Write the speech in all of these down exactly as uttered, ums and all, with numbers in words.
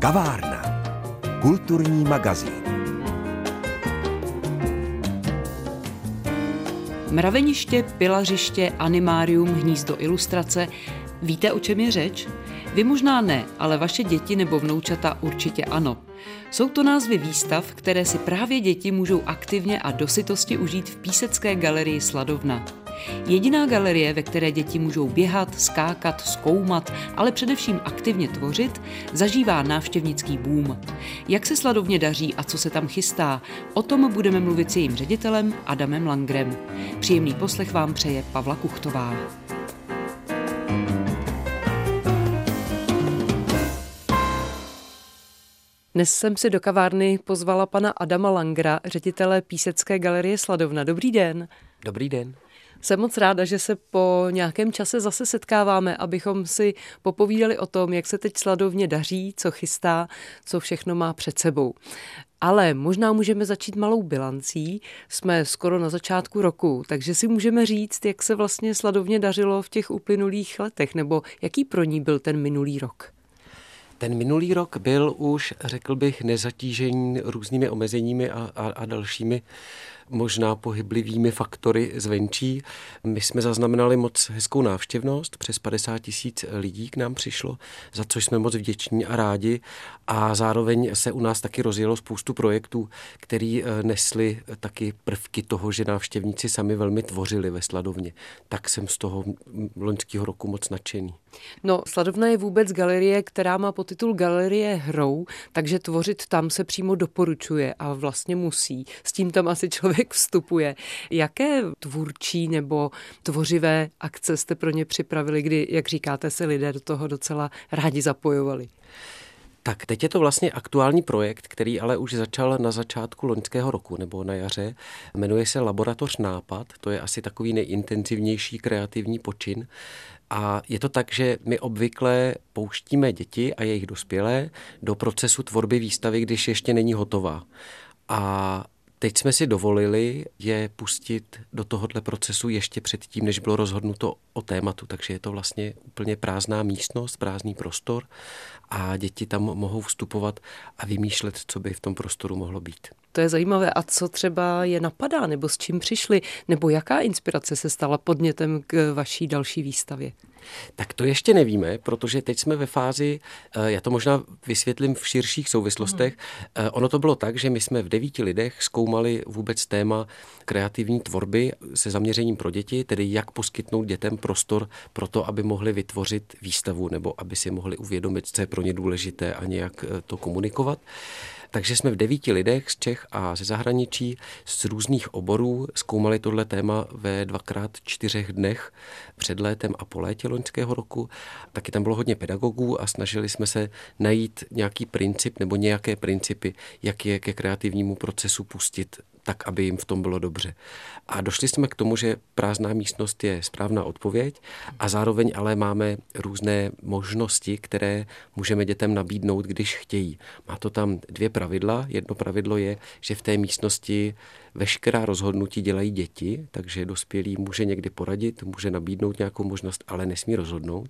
Kavárna. Kulturní magazín. Mraveniště, pilařiště, animárium, hnízdo ilustrace. Víte, o čem je řeč? Vy možná ne, ale vaše děti nebo vnoučata určitě ano. Jsou to názvy výstav, které si právě děti můžou aktivně a do sytosti užít v Písecké galerii Sladovna. Jediná galerie, ve které děti můžou běhat, skákat, zkoumat, ale především aktivně tvořit, zažívá návštěvnický boom. Jak se Sladovně daří a co se tam chystá, o tom budeme mluvit s jejím ředitelem Adamem Langrem. Příjemný poslech vám přeje Pavla Kuchtová. Dnes jsem si do kavárny pozvala pana Adama Langra, ředitele Písecké galerie Sladovna. Dobrý den. Dobrý den. Jsem moc ráda, že se po nějakém čase zase setkáváme, abychom si popovídali o tom, jak se teď Sladovně daří, co chystá, co všechno má před sebou. Ale možná můžeme začít malou bilancí. Jsme skoro na začátku roku, takže si můžeme říct, jak se vlastně Sladovně dařilo v těch uplynulých letech, nebo jaký pro ní byl ten minulý rok. Ten minulý rok byl už, řekl bych, nezatížený různými omezeními a, a, a dalšími možná pohyblivými faktory zvenčí. My jsme zaznamenali moc hezkou návštěvnost, přes padesát tisíc lidí k nám přišlo, za což jsme moc vděční a rádi, a zároveň se u nás taky rozjelo spoustu projektů, který nesli taky prvky toho, že návštěvníci sami velmi tvořili ve Sladovně. Tak jsem z toho loňského roku moc nadšený. No, Sladovna je vůbec galerie, která má podtitul Galerie hrou, takže tvořit tam se přímo doporučuje a vlastně musí. S tím tam asi člověk vstupuje. Jaké tvůrčí nebo tvořivé akce jste pro ně připravili, kdy, jak říkáte, se lidé do toho docela rádi zapojovali? Tak teď je to vlastně aktuální projekt, který ale už začal na začátku loňského roku nebo na jaře. Jmenuje se Laboratoř Nápad, to je asi takový nejintenzivnější kreativní počin. A je to tak, že my obvykle pouštíme děti a jejich dospělé do procesu tvorby výstavy, když ještě není hotová. A teď jsme si dovolili je pustit do tohohle procesu ještě předtím, než bylo rozhodnuto o tématu, takže je to vlastně úplně prázdná místnost, prázdný prostor a děti tam mohou vstupovat a vymýšlet, co by v tom prostoru mohlo být. To je zajímavé. A co třeba je napadá, nebo s čím přišli, nebo jaká inspirace se stala podnětem k vaší další výstavě? Tak to ještě nevíme, protože teď jsme ve fázi, já to možná vysvětlím v širších souvislostech. Hmm. Ono to bylo tak, že my jsme v devíti lidech zkoumali vůbec téma kreativní tvorby se zaměřením pro děti, tedy jak poskytnout dětem prostor pro to, aby mohli vytvořit výstavu nebo aby si mohli uvědomit, co je pro ně důležité a nějak to komunikovat. Takže jsme v devíti lidech z Čech a ze zahraničí z různých oborů zkoumali tohle téma ve dvakrát čtyřech dnech před létem a po létě loňského roku. Taky tam bylo hodně pedagogů a snažili jsme se najít nějaký princip nebo nějaké principy, jak je ke kreativnímu procesu pustit tak, aby jim v tom bylo dobře. A došli jsme k tomu, že prázdná místnost je správná odpověď a zároveň ale máme různé možnosti, které můžeme dětem nabídnout, když chtějí. Má to tam dvě pravidla. Jedno pravidlo je, že v té místnosti veškerá rozhodnutí dělají děti, takže dospělý může někdy poradit, může nabídnout nějakou možnost, ale nesmí rozhodnout.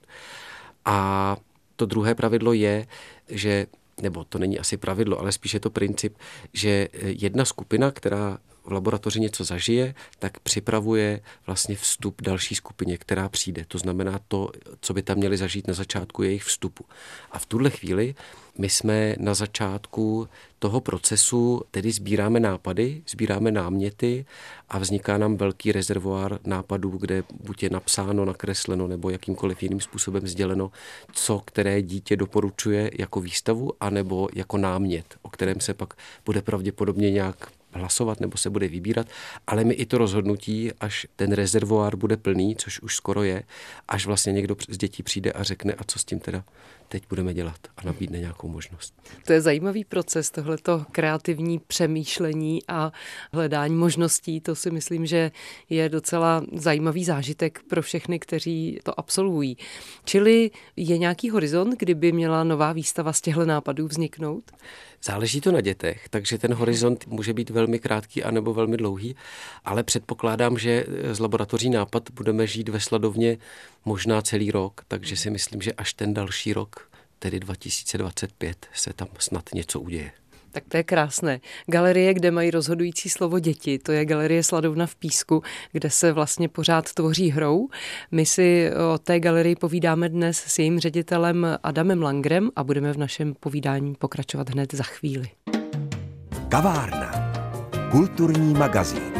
A to druhé pravidlo je, že nebo to není asi pravidlo, ale spíš je to princip, že jedna skupina, která v laboratoři něco zažije, tak připravuje vlastně vstup další skupině, která přijde. To znamená to, co by tam měli zažít na začátku jejich vstupu. A v tuhle chvíli my jsme na začátku toho procesu, tedy sbíráme nápady, sbíráme náměty a vzniká nám velký rezervoár nápadů, kde buď je napsáno, nakresleno nebo jakýmkoliv jiným způsobem sděleno, co které dítě doporučuje jako výstavu anebo jako námět, o kterém se pak bude pravděpodobně nějak hlasovat nebo se bude vybírat, ale my i to rozhodnutí, až ten rezervoár bude plný, což už skoro je, až vlastně někdo z dětí přijde a řekne, a co s tím teda teď budeme dělat a nabídne nějakou možnost. To je zajímavý proces, tohleto kreativní přemýšlení a hledání možností. To si myslím, že je docela zajímavý zážitek pro všechny, kteří to absolvují. Čili je nějaký horizont, kdyby měla nová výstava z těchto nápadů vzniknout? Záleží to na dětech, takže ten horizont může být velmi krátký anebo velmi dlouhý, ale předpokládám, že z laboratoří Nápad budeme žít ve Sladovně možná celý rok, takže si myslím, že až ten další rok tedy dva tisíce dvacet pět se tam snad něco uděje. Tak to je krásné. Galerie, kde mají rozhodující slovo děti, to je Galerie Sladovna v Písku, kde se vlastně pořád tvoří hrou. My si o té galerii povídáme dnes s jejím ředitelem Adamem Langrem a budeme v našem povídání pokračovat hned za chvíli. Kavárna. Kulturní magazín.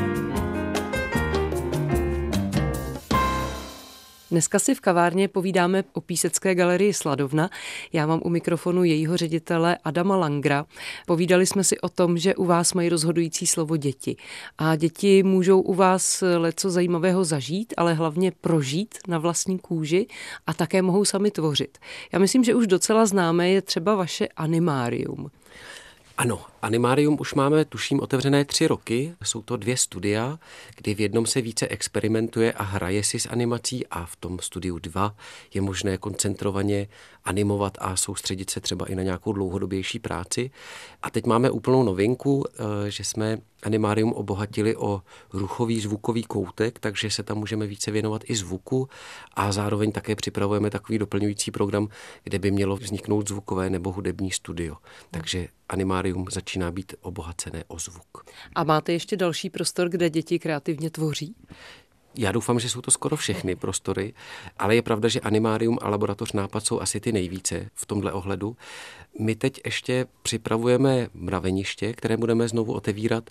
Dneska si v kavárně povídáme o Písecké galerii Sladovna. Já mám u mikrofonu jejího ředitele Adama Langra. Povídali jsme si o tom, že u vás mají rozhodující slovo děti. A děti můžou u vás leco zajímavého zažít, ale hlavně prožít na vlastní kůži a také mohou sami tvořit. Já myslím, že už docela známé je třeba vaše animárium. Ano, animárium už máme, tuším, otevřené tři roky. Jsou to dvě studia, kdy v jednom se více experimentuje a hraje si s animací a v tom studiu dva je možné koncentrovaně animovat a soustředit se třeba i na nějakou dlouhodobější práci. A teď máme úplnou novinku, že jsme animárium obohatili o ruchový zvukový koutek, takže se tam můžeme více věnovat i zvuku a zároveň také připravujeme takový doplňující program, kde by mělo vzniknout zvukové nebo hudební studio. Takže animárium začíná být obohacené o zvuk. A máte ještě další prostor, kde děti kreativně tvoří? Já doufám, že jsou to skoro všechny prostory, ale je pravda, že animárium a laboratoř nápad jsou asi ty nejvíce v tomhle ohledu. My teď ještě připravujeme mraveniště, které budeme znovu otevírat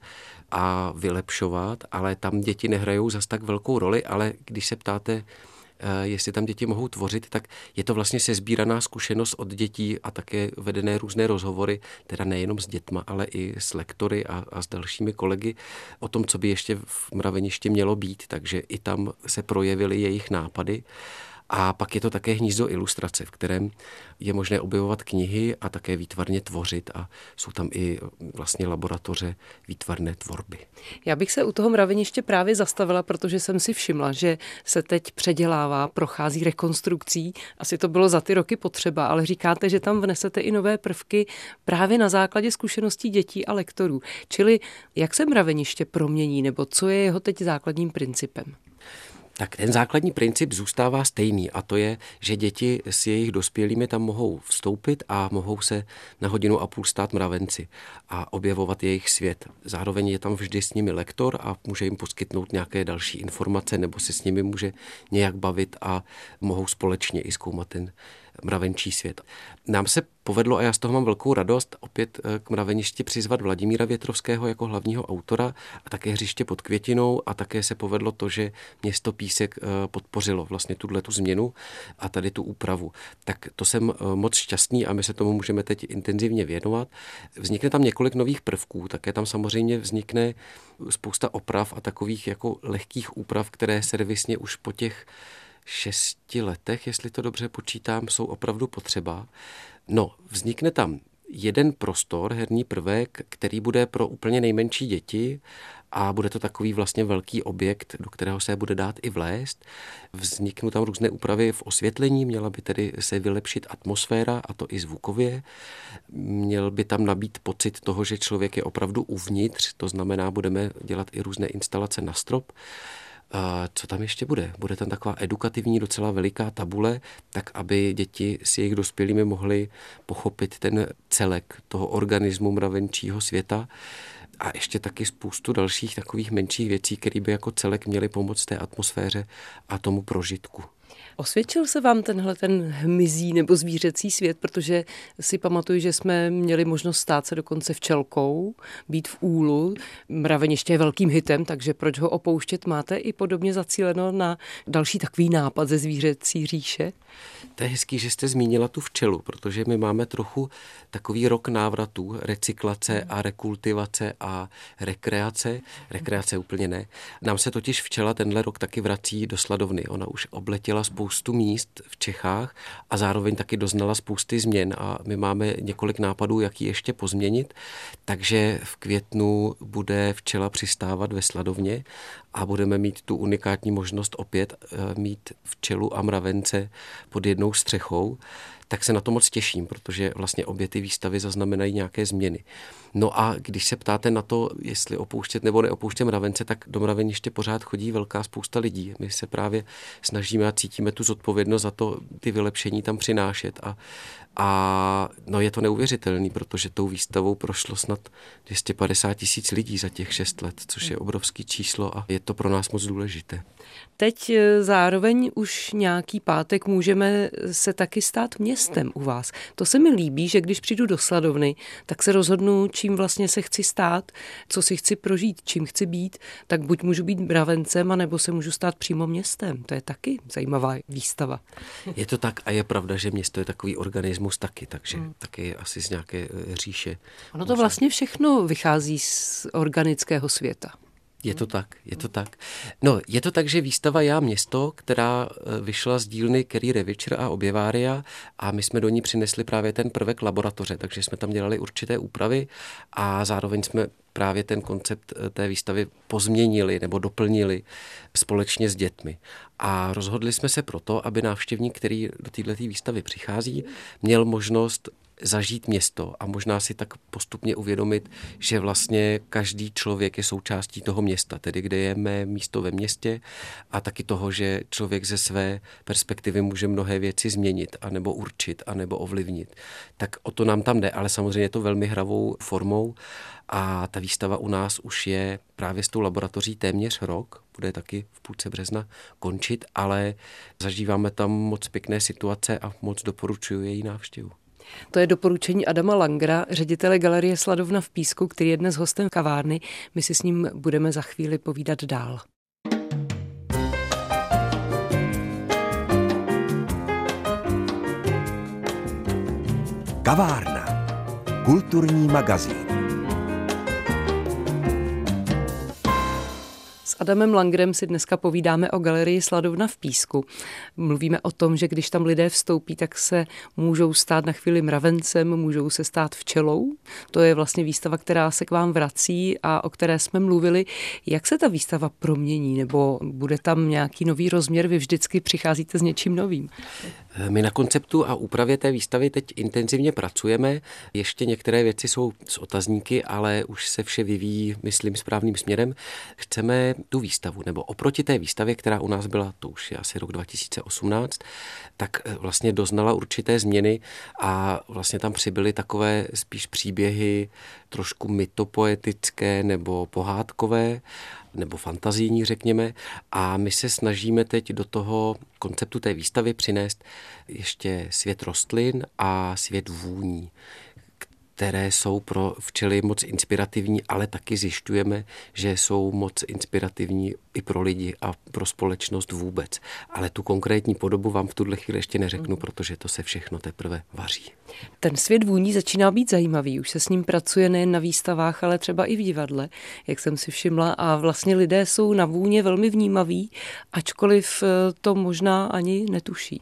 a vylepšovat, ale tam děti nehrajou zas tak velkou roli, ale když se ptáte, jestli tam děti mohou tvořit, tak je to vlastně sesbíraná zkušenost od dětí a také vedené různé rozhovory, teda nejenom s dětma, ale i s lektory a, a s dalšími kolegy o tom, co by ještě v mraveništi mělo být, takže i tam se projevily jejich nápady. A pak je to také hnízdo ilustrace, v kterém je možné objevovat knihy a také výtvarně tvořit a jsou tam i vlastně laboratoře výtvarné tvorby. Já bych se u toho mraveniště právě zastavila, protože jsem si všimla, že se teď předělává, prochází rekonstrukcí. Asi to bylo za ty roky potřeba, ale říkáte, že tam vnesete i nové prvky právě na základě zkušeností dětí a lektorů. Čili jak se mraveniště promění, nebo co je jeho teď základním principem? Tak ten základní princip zůstává stejný a to je, že děti s jejich dospělými tam mohou vstoupit a mohou se na hodinu a půl stát mravenci a objevovat jejich svět. Zároveň je tam vždy s nimi lektor a může jim poskytnout nějaké další informace nebo se s nimi může nějak bavit a mohou společně i zkoumat ten mravenčí svět. Nám se povedlo, a já z toho mám velkou radost, opět k mraveništi přizvat Vladimíra Větrovského jako hlavního autora a také Hřiště pod Květinou a také se povedlo to, že město Písek podpořilo vlastně tuto změnu a tady tu úpravu. Tak to jsem moc šťastný a my se tomu můžeme teď intenzivně věnovat. Vznikne tam několik nových prvků, také tam samozřejmě vznikne spousta oprav a takových jako lehkých úprav, které servisně už po těch šesti letech, jestli to dobře počítám, jsou opravdu potřeba. No, vznikne tam jeden prostor, herní prvek, který bude pro úplně nejmenší děti a bude to takový vlastně velký objekt, do kterého se bude dát i vlézt. Vzniknou tam různé úpravy v osvětlení, měla by tedy se vylepšit atmosféra, a to i zvukově. Měl by tam nabít pocit toho, že člověk je opravdu uvnitř, to znamená, budeme dělat i různé instalace na strop. A co tam ještě bude? Bude tam taková edukativní, docela veliká tabule, tak aby děti s jejich dospělými mohly pochopit ten celek toho organismu mravenčího světa. A ještě taky spoustu dalších takových menších věcí, které by jako celek měly pomoct té atmosféře a tomu prožitku. Osvědčil se vám tenhle ten hmyzí nebo zvířecí svět, protože si pamatuju, že jsme měli možnost stát se dokonce včelkou, být v úlu. Mraveniště je velkým hitem, takže proč ho opouštět? Máte i podobně zacíleno na další takový nápad ze zvířecí říše? To je hezký, že jste zmínila tu včelu, protože my máme trochu takový rok návratů, recyklace a rekultivace a rekreace. Rekreace úplně ne. Nám se totiž včela tenhle rok taky vrací do Sladovny. Ona už obletěla spoustu míst v Čechách a zároveň taky doznala spousty změn a my máme několik nápadů, jak ji ještě pozměnit. Takže v květnu bude včela přistávat ve Sladovně a budeme mít tu unikátní možnost opět mít včelu a mravence pod jednou střechou. Tak se na to moc těším, protože vlastně obě ty výstavy zaznamenají nějaké změny. No a když se ptáte na to, jestli opouštět nebo neopouštět mravence, tak do mraveniště pořád chodí velká spousta lidí. My se právě snažíme a cítíme tu zodpovědnost za to, ty vylepšení tam přinášet a, a no je to neuvěřitelný, protože tou výstavou prošlo snad dvě stě padesát tisíc lidí za těch šest let, což je obrovský číslo a je to pro nás moc důležité. Teď zároveň už nějaký pátek můžeme se taky stát městem u vás. To se mi líbí, že když přijdu do Sladovny, tak se rozhodnu, čím vlastně se chci stát, co si chci prožít, čím chci být, tak buď můžu být mravencem, anebo se můžu stát přímo městem. To je taky zajímavá výstava. Je to tak a je pravda, že město je takový organismus taky, takže hmm. taky asi z nějaké říše. Ono to vlastně všechno vychází z organického světa. Je to tak, je to tak. No, je to tak, že výstava Já město, která vyšla z dílny Kerry Revicher a Objevária a my jsme do ní přinesli právě ten prvek laboratoře, takže jsme tam dělali určité úpravy a zároveň jsme právě ten koncept té výstavy pozměnili nebo doplnili společně s dětmi. A rozhodli jsme se proto, aby návštěvník, který do této výstavy přichází, měl možnost zažít město a možná si tak postupně uvědomit, že vlastně každý člověk je součástí toho města, tedy kde je mé místo ve městě a taky toho, že člověk ze své perspektivy může mnohé věci změnit anebo určit anebo ovlivnit. Tak o to nám tam jde, ale samozřejmě je to velmi hravou formou a ta výstava u nás už je právě s tou laboratoří téměř rok, bude taky v půlce března končit, ale zažíváme tam moc pěkné situace a moc doporučuji její návštěvu. To je doporučení Adama Langera, ředitele Galerie Sladovna v Písku, který je dnes hostem kavárny. My si s ním budeme za chvíli povídat dál. Kavárna. Kulturní magazín. S Adamem Langerem si dneska povídáme o Galerii Sladovna v Písku. Mluvíme o tom, že když tam lidé vstoupí, tak se můžou stát na chvíli mravencem, můžou se stát včelou. To je vlastně výstava, která se k vám vrací a o které jsme mluvili. Jak se ta výstava promění, nebo bude tam nějaký nový rozměr? Vy vždycky přicházíte s něčím novým. My na konceptu a úpravě té výstavy teď intenzivně pracujeme. Ještě některé věci jsou s otazníky, ale už se vše vyvíjí, myslím, správným směrem. Chceme tu výstavu, nebo oproti té výstavě, která u nás byla, to už je asi rok dva tisíce osmnáct, tak vlastně doznala určité změny a vlastně tam přibyly takové spíš příběhy trošku mytopoetické nebo pohádkové, nebo fantazijní, řekněme. A my se snažíme teď do toho konceptu té výstavy přinést ještě svět rostlin a svět vůní, které jsou pro včely moc inspirativní, ale taky zjišťujeme, že jsou moc inspirativní i pro lidi a pro společnost vůbec. Ale tu konkrétní podobu vám v tuhle chvíli ještě neřeknu, protože to se všechno teprve vaří. Ten svět vůní začíná být zajímavý. Už se s ním pracuje nejen na výstavách, ale třeba i v divadle, jak jsem si všimla. A vlastně lidé jsou na vůně velmi vnímaví, ačkoliv to možná ani netuší.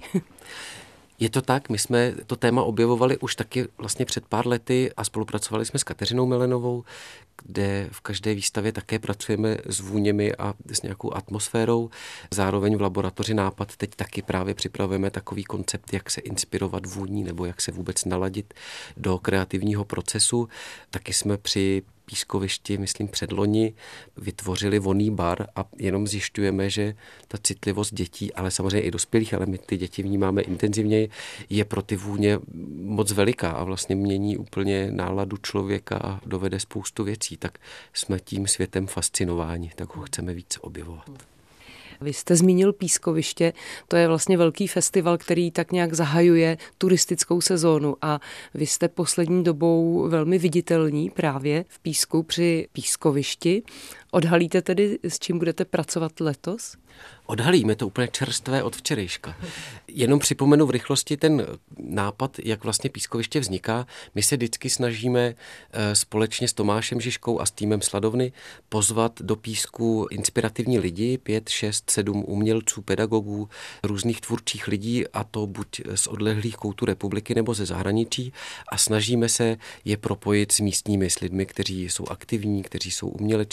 Je to tak, my jsme to téma objevovali už taky vlastně před pár lety a spolupracovali jsme s Kateřinou Melenovou, kde v každé výstavě také pracujeme s vůněmi a s nějakou atmosférou. Zároveň v laboratoři Nápad teď taky právě připravujeme takový koncept, jak se inspirovat vůní nebo jak se vůbec naladit do kreativního procesu. Taky jsme při Pískovišti, myslím předloni, vytvořili vonný bar a jenom zjišťujeme, že ta citlivost dětí, ale samozřejmě i dospělých, ale my ty děti vnímáme intenzivněji, je pro ty vůně moc veliká a vlastně mění úplně náladu člověka a dovede spoustu věcí. Tak jsme tím světem fascinováni, tak ho chceme víc objevovat. Vy jste zmínil Pískoviště, to je vlastně velký festival, který tak nějak zahajuje turistickou sezónu a vy jste poslední dobou velmi viditelní právě v Písku při Pískovišti. Odhalíte tedy, s čím budete pracovat letos? Odhalíme to úplně čerstvé od včerejška. Jenom připomenu v rychlosti ten nápad, jak vlastně Pískoviště vzniká. My se vždycky snažíme společně s Tomášem Žižkou a s týmem Sladovny pozvat do Písku inspirativní lidi, pět, šest, sedm umělců, pedagogů, různých tvůrčích lidí, a to buď z odlehlých koutů republiky nebo ze zahraničí, a snažíme se je propojit s místními, s lidmi, kteří jsou aktivní, kteří jsou umělečtí, kteří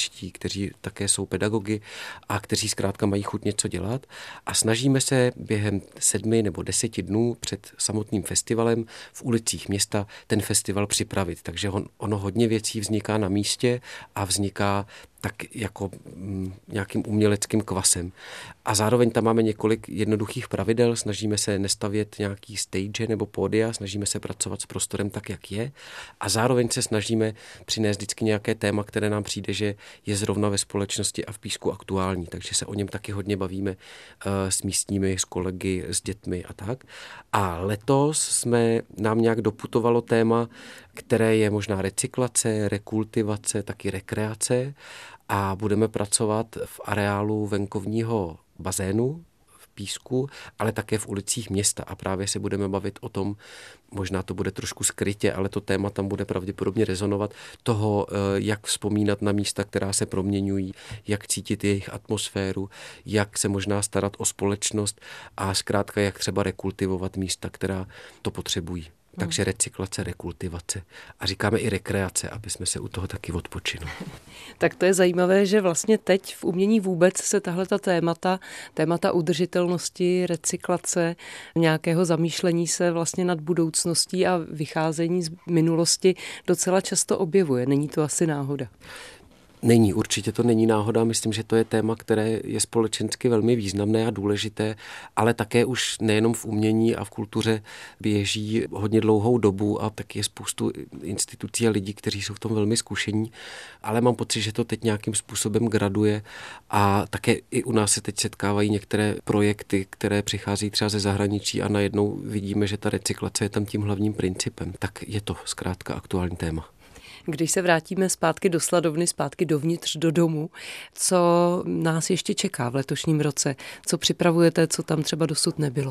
kteří také jsou pedagogy a kteří zkrátka mají chuť něco dělat. A snažíme se během sedmi nebo deseti dnů před samotným festivalem v ulicích města ten festival připravit. Takže on, ono hodně věcí vzniká na místě a vzniká tak jako mm, nějakým uměleckým kvasem. A zároveň tam máme několik jednoduchých pravidel, snažíme se nestavět nějaký stage nebo pódia, snažíme se pracovat s prostorem tak, jak je a zároveň se snažíme přinést vždycky nějaké téma, které nám přijde, že je zrovna ve společnosti a v Písku aktuální, takže se o něm taky hodně bavíme uh, s místními, s kolegy, s dětmi a tak. A letos jsme nám nějak doputovalo téma, které je možná recyklace, rekultivace, taky rekreace a budeme pracovat v areálu venkovního bazénu v Písku, ale také v ulicích města a právě se budeme bavit o tom, možná to bude trošku skrytě, ale to téma tam bude pravděpodobně rezonovat, toho, jak vzpomínat na místa, která se proměňují, jak cítit jejich atmosféru, jak se možná starat o společnost a zkrátka jak třeba rekultivovat místa, která to potřebují. Takže recyklace, rekultivace a říkáme i rekreace, aby jsme se u toho taky odpočinuli. Tak to je zajímavé, že vlastně teď v umění vůbec se tahleta témata, témata udržitelnosti, recyklace, nějakého zamýšlení se vlastně nad budoucností a vycházení z minulosti docela často objevuje. Není to asi náhoda? Není, určitě to není náhoda. Myslím, že to je téma, které je společensky velmi významné a důležité, ale také už nejenom v umění a v kultuře běží hodně dlouhou dobu a taky je spoustu institucí a lidí, kteří jsou v tom velmi zkušení, ale mám pocit, že to teď nějakým způsobem graduje a také i u nás se teď setkávají některé projekty, které přichází třeba ze zahraničí a najednou vidíme, že ta recyklace je tam tím hlavním principem. Tak je to zkrátka aktuální téma. Když se vrátíme zpátky do Sladovny, zpátky dovnitř do domu, co nás ještě čeká v letošním roce? Co připravujete, co tam třeba dosud nebylo?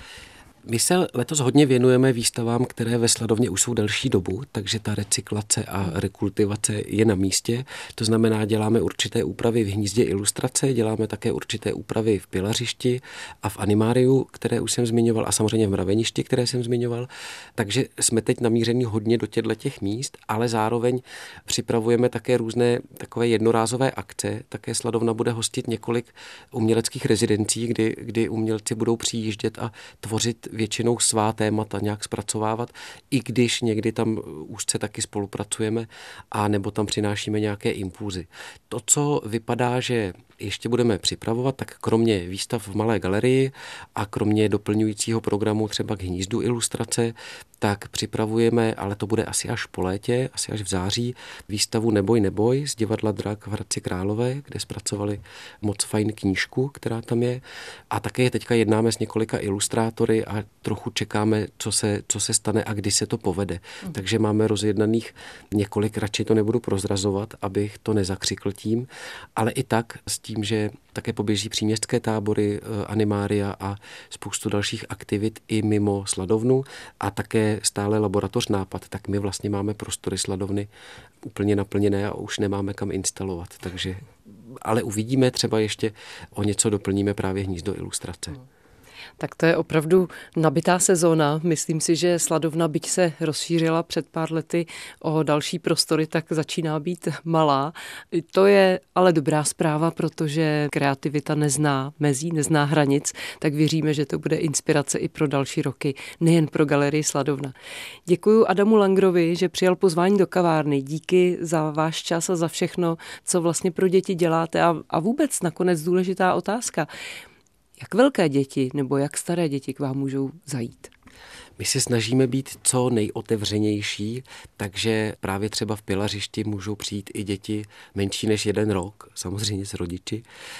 My se letos hodně věnujeme výstavám, které ve Sladovně už jsou delší dobu, takže ta recyklace a rekultivace je na místě. To znamená, děláme určité úpravy v hnízdě ilustrace, děláme také určité úpravy v pilařišti a v animáriu, které už jsem zmiňoval, a samozřejmě v mraveništi, které jsem zmiňoval. Takže jsme teď namíření hodně do těchto těch míst, ale zároveň připravujeme také různé takové jednorázové akce. Také Sladovna bude hostit několik uměleckých rezidencí, kdy, kdy umělci budou přijíždět a tvořit většinou svá témata nějak zpracovávat, i když někdy tam úzce taky spolupracujeme a nebo tam přinášíme nějaké impulzy. To, co vypadá, že ještě budeme připravovat, tak kromě výstav v Malé galerii a kromě doplňujícího programu třeba k hnízdu ilustrace, tak připravujeme, ale to bude asi až po létě, asi až v září, výstavu Neboj, neboj z divadla Drak v Hradci Králové, kde zpracovali moc fajn knížku, která tam je. A také teďka jednáme s několika ilustrátory a trochu čekáme, co se, co se stane a kdy se to povede. Mm. Takže máme rozjednaných několik, radši to nebudu prozrazovat, abych to nezakřikl tím, ale i tak s tím, že také poběží příměstské tábory, animária a spoustu dalších aktivit i mimo Sladovnu a také stále laboratoř Nápad, tak my vlastně máme prostory Sladovny úplně naplněné a už nemáme kam instalovat. Takže, ale uvidíme, třeba ještě o něco doplníme právě hnízdo ilustrace. Hmm. Tak to je opravdu nabitá sezóna. Myslím si, že Sladovna, byť se rozšířila před pár lety o další prostory, tak začíná být malá. To je ale dobrá zpráva, protože kreativita nezná mezí, nezná hranic, tak věříme, že to bude inspirace i pro další roky, nejen pro galerii Sladovna. Děkuji Adamu Langrovi, že přijal pozvání do kavárny. Díky za váš čas a za všechno, co vlastně pro děti děláte a, a vůbec nakonec důležitá otázka. Jak velké děti nebo jak staré děti k vám můžou zajít? My se snažíme být co nejotevřenější, takže právě třeba v pilařišti můžou přijít i děti menší než jeden rok, samozřejmě s rodiči.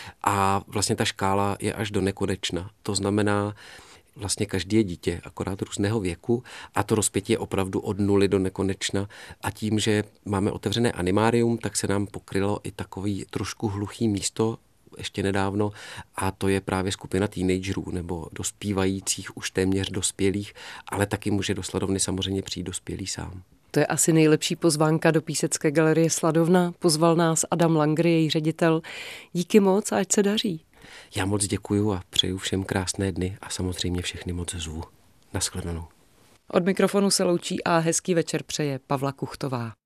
A vlastně ta škála je až do nekonečna. To znamená, vlastně každý je dítě, akorát různého věku a to rozpětí je opravdu od nuly do nekonečna a tím, že máme otevřené animárium, tak se nám pokrylo i takový trošku hluchý místo ještě nedávno a to je právě skupina teenagerů nebo dospívajících, už téměř dospělých, ale taky může do Sladovny samozřejmě přijít dospělý sám. To je asi nejlepší pozvánka do Písecké galerie Sladovna. Pozval nás Adam Langer, její ředitel. Díky moc a ať se daří. Já moc děkuju a přeju všem krásné dny a samozřejmě všechny moc zvu. Naschledanou. Od mikrofonu se loučí a hezký večer přeje Pavla Kuchtová.